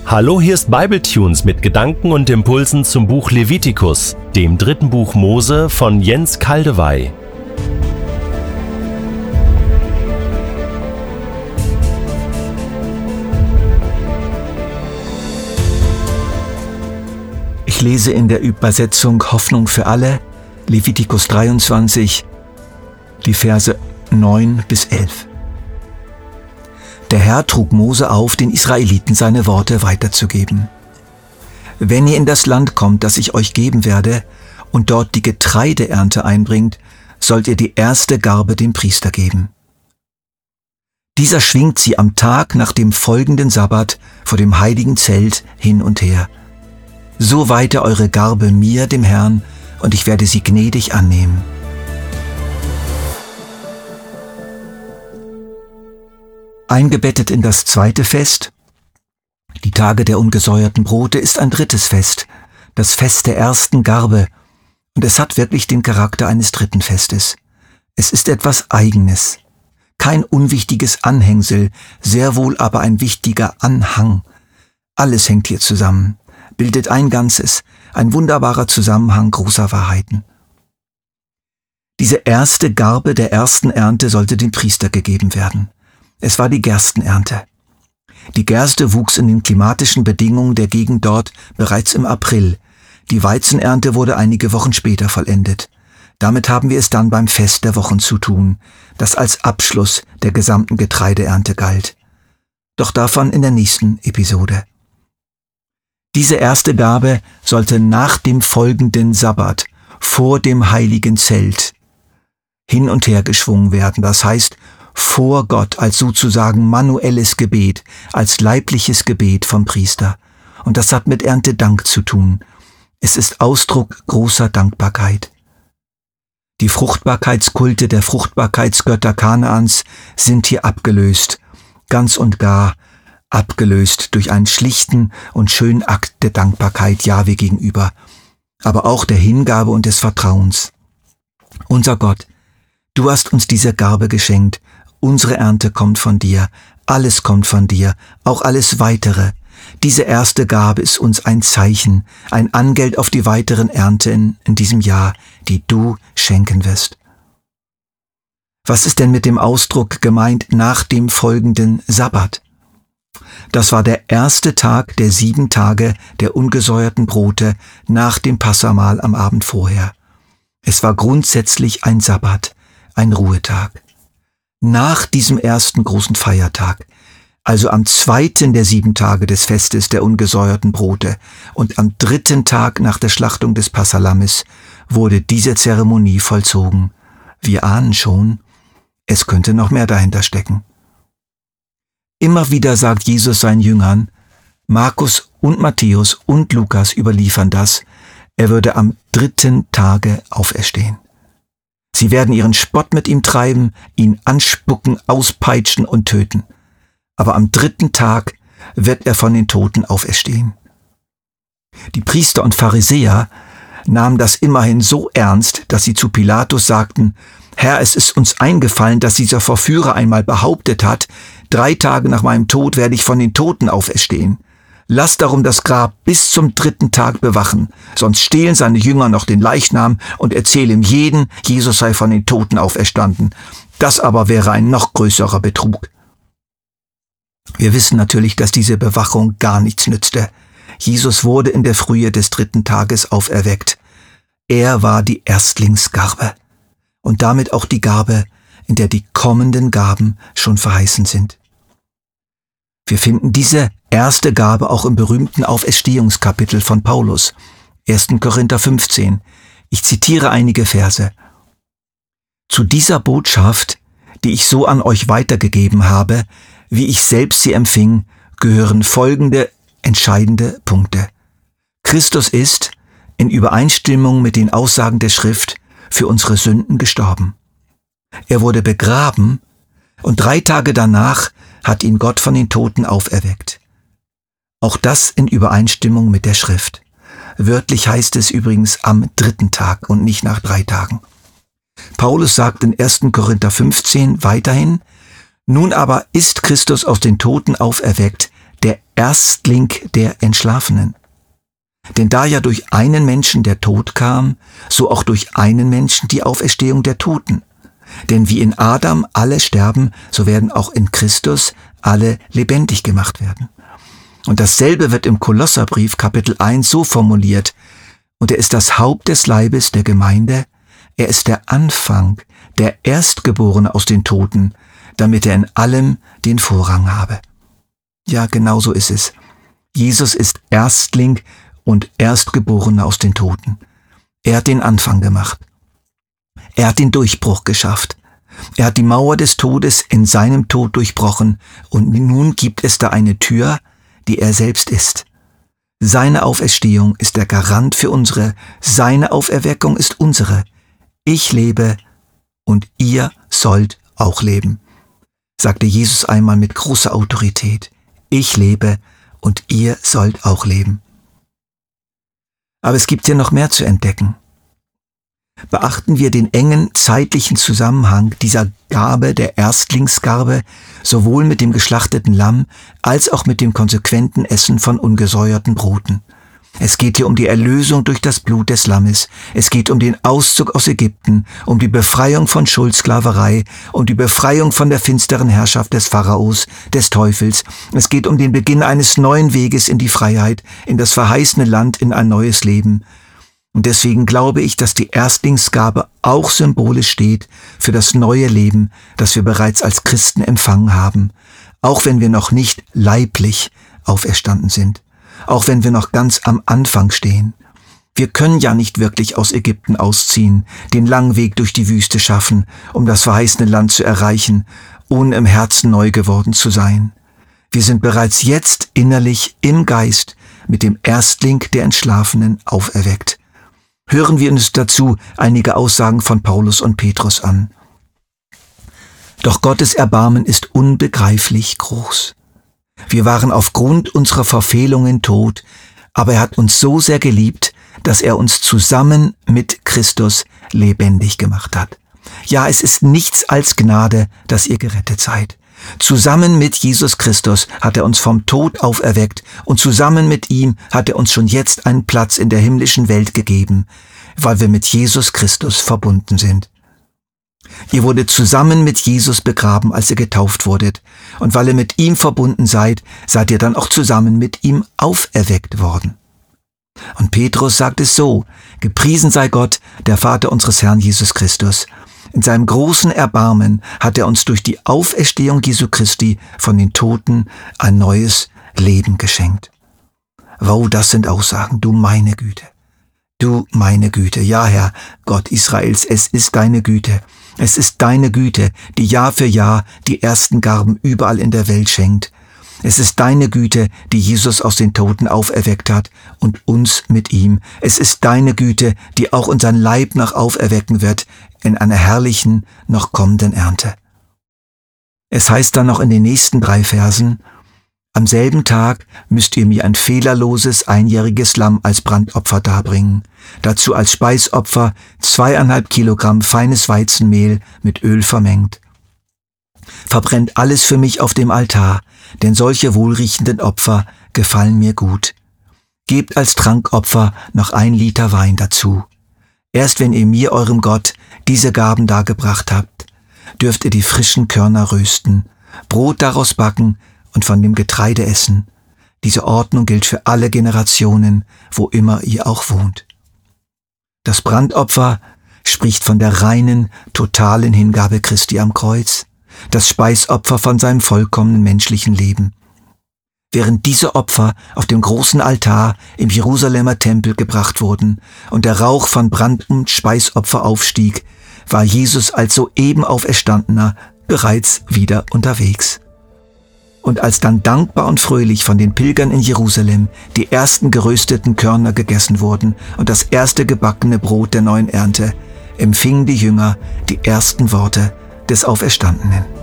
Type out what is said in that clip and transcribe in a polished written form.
Hallo, hier ist Bibletunes mit Gedanken und Impulsen zum Buch Levitikus, dem dritten Buch Mose von Jens Kaldewey. Ich lese in der Übersetzung Hoffnung für alle, Levitikus 23, die Verse 9 bis 11. Der Herr trug Mose auf, den Israeliten seine Worte weiterzugeben. Wenn ihr in das Land kommt, das ich euch geben werde, und dort die Getreideernte einbringt, sollt ihr die erste Garbe dem Priester geben. Dieser schwingt sie am Tag nach dem folgenden Sabbat vor dem heiligen Zelt hin und her. So weihte eure Garbe mir, dem Herrn, und ich werde sie gnädig annehmen. Eingebettet in das zweite Fest, die Tage der ungesäuerten Brote, ist ein drittes Fest, das Fest der ersten Garbe, und es hat wirklich den Charakter eines dritten Festes. Es ist etwas Eigenes, kein unwichtiges Anhängsel, sehr wohl aber ein wichtiger Anhang. Alles hängt hier zusammen, bildet ein Ganzes, ein wunderbarer Zusammenhang großer Wahrheiten. Diese erste Garbe der ersten Ernte sollte dem Priester gegeben werden. Es war die Gerstenernte. Die Gerste wuchs in den klimatischen Bedingungen der Gegend dort bereits im April. Die Weizenernte wurde einige Wochen später vollendet. Damit haben wir es dann beim Fest der Wochen zu tun, das als Abschluss der gesamten Getreideernte galt. Doch davon in der nächsten Episode. Diese erste Gabe sollte nach dem folgenden Sabbat vor dem heiligen Zelt hin und her geschwungen werden, das heißt vor Gott als sozusagen manuelles Gebet, als leibliches Gebet vom Priester. Und das hat mit Erntedank zu tun. Es ist Ausdruck großer Dankbarkeit. Die Fruchtbarkeitskulte der Fruchtbarkeitsgötter Kanaans sind hier abgelöst, ganz und gar abgelöst durch einen schlichten und schönen Akt der Dankbarkeit Jahwe gegenüber, aber auch der Hingabe und des Vertrauens. Unser Gott, du hast uns diese Garbe geschenkt. Unsere Ernte kommt von dir, alles kommt von dir, auch alles Weitere. Diese erste Gabe ist uns ein Zeichen, ein Angeld auf die weiteren Ernten in diesem Jahr, die du schenken wirst. Was ist denn mit dem Ausdruck gemeint nach dem folgenden Sabbat? Das war der erste Tag der 7 Tage der ungesäuerten Brote nach dem Passahmahl am Abend vorher. Es war grundsätzlich ein Sabbat, ein Ruhetag. Nach diesem ersten großen Feiertag, also am 2. der 7 Tage des Festes der ungesäuerten Brote und am 3. Tag nach der Schlachtung des Passalammes, wurde diese Zeremonie vollzogen. Wir ahnen schon, es könnte noch mehr dahinter stecken. Immer wieder sagt Jesus seinen Jüngern, Markus und Matthäus und Lukas überliefern das, er würde am 3. Tage auferstehen. Sie werden ihren Spott mit ihm treiben, ihn anspucken, auspeitschen und töten. Aber am 3. Tag wird er von den Toten auferstehen. Die Priester und Pharisäer nahmen das immerhin so ernst, dass sie zu Pilatus sagten, Herr, es ist uns eingefallen, dass dieser Verführer einmal behauptet hat, 3 Tage nach meinem Tod werde ich von den Toten auferstehen. Lass darum das Grab bis zum 3. Tag bewachen, sonst stehlen seine Jünger noch den Leichnam und erzählen jeden, Jesus sei von den Toten auferstanden. Das aber wäre ein noch größerer Betrug. Wir wissen natürlich, dass diese Bewachung gar nichts nützte. Jesus wurde in der Frühe des 3. Tages auferweckt. Er war die Erstlingsgarbe und damit auch die Garbe, in der die kommenden Gaben schon verheißen sind. Wir finden diese erste Gabe auch im berühmten Auferstehungskapitel von Paulus, 1. Korinther 15. Ich zitiere einige Verse. Zu dieser Botschaft, die ich so an euch weitergegeben habe, wie ich selbst sie empfing, gehören folgende entscheidende Punkte. Christus ist, in Übereinstimmung mit den Aussagen der Schrift, für unsere Sünden gestorben. Er wurde begraben und 3 Tage danach hat ihn Gott von den Toten auferweckt. Auch das in Übereinstimmung mit der Schrift. Wörtlich heißt es übrigens am 3. Tag und nicht nach 3 Tagen. Paulus sagt in 1. Korinther 15 weiterhin, nun aber ist Christus aus den Toten auferweckt, der Erstling der Entschlafenen. Denn da ja durch einen Menschen der Tod kam, so auch durch einen Menschen die Auferstehung der Toten. Denn wie in Adam alle sterben, so werden auch in Christus alle lebendig gemacht werden. Und dasselbe wird im Kolosserbrief Kapitel 1 so formuliert: Und er ist das Haupt des Leibes der Gemeinde, er ist der Anfang, der Erstgeborene aus den Toten, damit er in allem den Vorrang habe. Ja, genau so ist es. Jesus ist Erstling und Erstgeborener aus den Toten. Er hat den Anfang gemacht. Er hat den Durchbruch geschafft. Er hat die Mauer des Todes in seinem Tod durchbrochen und nun gibt es da eine Tür, die er selbst ist. Seine Auferstehung ist der Garant für unsere, seine Auferweckung ist unsere. Ich lebe und ihr sollt auch leben, sagte Jesus einmal mit großer Autorität. Ich lebe und ihr sollt auch leben. Aber es gibt ja noch mehr zu entdecken. Beachten wir den engen zeitlichen Zusammenhang dieser Gabe, der Erstlingsgabe, sowohl mit dem geschlachteten Lamm als auch mit dem konsequenten Essen von ungesäuerten Broten. Es geht hier um die Erlösung durch das Blut des Lammes. Es geht um den Auszug aus Ägypten, um die Befreiung von Schuldsklaverei, um die Befreiung von der finsteren Herrschaft des Pharaos, des Teufels. Es geht um den Beginn eines neuen Weges in die Freiheit, in das verheißene Land, in ein neues Leben. Und deswegen glaube ich, dass die Erstlingsgabe auch symbolisch steht für das neue Leben, das wir bereits als Christen empfangen haben, auch wenn wir noch nicht leiblich auferstanden sind. Auch wenn wir noch ganz am Anfang stehen. Wir können ja nicht wirklich aus Ägypten ausziehen, den langen Weg durch die Wüste schaffen, um das verheißene Land zu erreichen, ohne im Herzen neu geworden zu sein. Wir sind bereits jetzt innerlich im Geist mit dem Erstling der Entschlafenen auferweckt. Hören wir uns dazu einige Aussagen von Paulus und Petrus an. Doch Gottes Erbarmen ist unbegreiflich groß. Wir waren aufgrund unserer Verfehlungen tot, aber er hat uns so sehr geliebt, dass er uns zusammen mit Christus lebendig gemacht hat. Ja, es ist nichts als Gnade, dass ihr gerettet seid. Zusammen mit Jesus Christus hat er uns vom Tod auferweckt und zusammen mit ihm hat er uns schon jetzt einen Platz in der himmlischen Welt gegeben, weil wir mit Jesus Christus verbunden sind. Ihr wurdet zusammen mit Jesus begraben, als ihr getauft wurdet. Und weil ihr mit ihm verbunden seid, seid ihr dann auch zusammen mit ihm auferweckt worden. Und Petrus sagt es so: Gepriesen sei Gott, der Vater unseres Herrn Jesus Christus. In seinem großen Erbarmen hat er uns durch die Auferstehung Jesu Christi von den Toten ein neues Leben geschenkt. Wow, das sind Aussagen, du meine Güte. Du meine Güte, ja Herr, Gott Israels, es ist deine Güte. Es ist deine Güte, die Jahr für Jahr die ersten Garben überall in der Welt schenkt. Es ist deine Güte, die Jesus aus den Toten auferweckt hat und uns mit ihm. Es ist deine Güte, die auch unseren Leib noch auferwecken wird in einer herrlichen, noch kommenden Ernte. Es heißt dann noch in den nächsten 3 Versen: Am selben Tag müsst ihr mir ein fehlerloses einjähriges Lamm als Brandopfer darbringen. Dazu als Speisopfer 2,5 Kilogramm feines Weizenmehl mit Öl vermengt. Verbrennt alles für mich auf dem Altar, denn solche wohlriechenden Opfer gefallen mir gut. Gebt als Trankopfer noch 1 Liter Wein dazu. Erst wenn ihr mir, eurem Gott, diese Gaben dargebracht habt, dürft ihr die frischen Körner rösten, Brot daraus backen und von dem Getreide essen. Diese Ordnung gilt für alle Generationen, wo immer ihr auch wohnt. Das Brandopfer spricht von der reinen, totalen Hingabe Christi am Kreuz, das Speisopfer von seinem vollkommenen menschlichen Leben. Während diese Opfer auf dem großen Altar im Jerusalemer Tempel gebracht wurden und der Rauch von Brand- und Speisopfer aufstieg, war Jesus als soeben Auferstandener bereits wieder unterwegs. Und als dann dankbar und fröhlich von den Pilgern in Jerusalem die ersten gerösteten Körner gegessen wurden und das erste gebackene Brot der neuen Ernte, empfingen die Jünger die ersten Worte des Auferstandenen.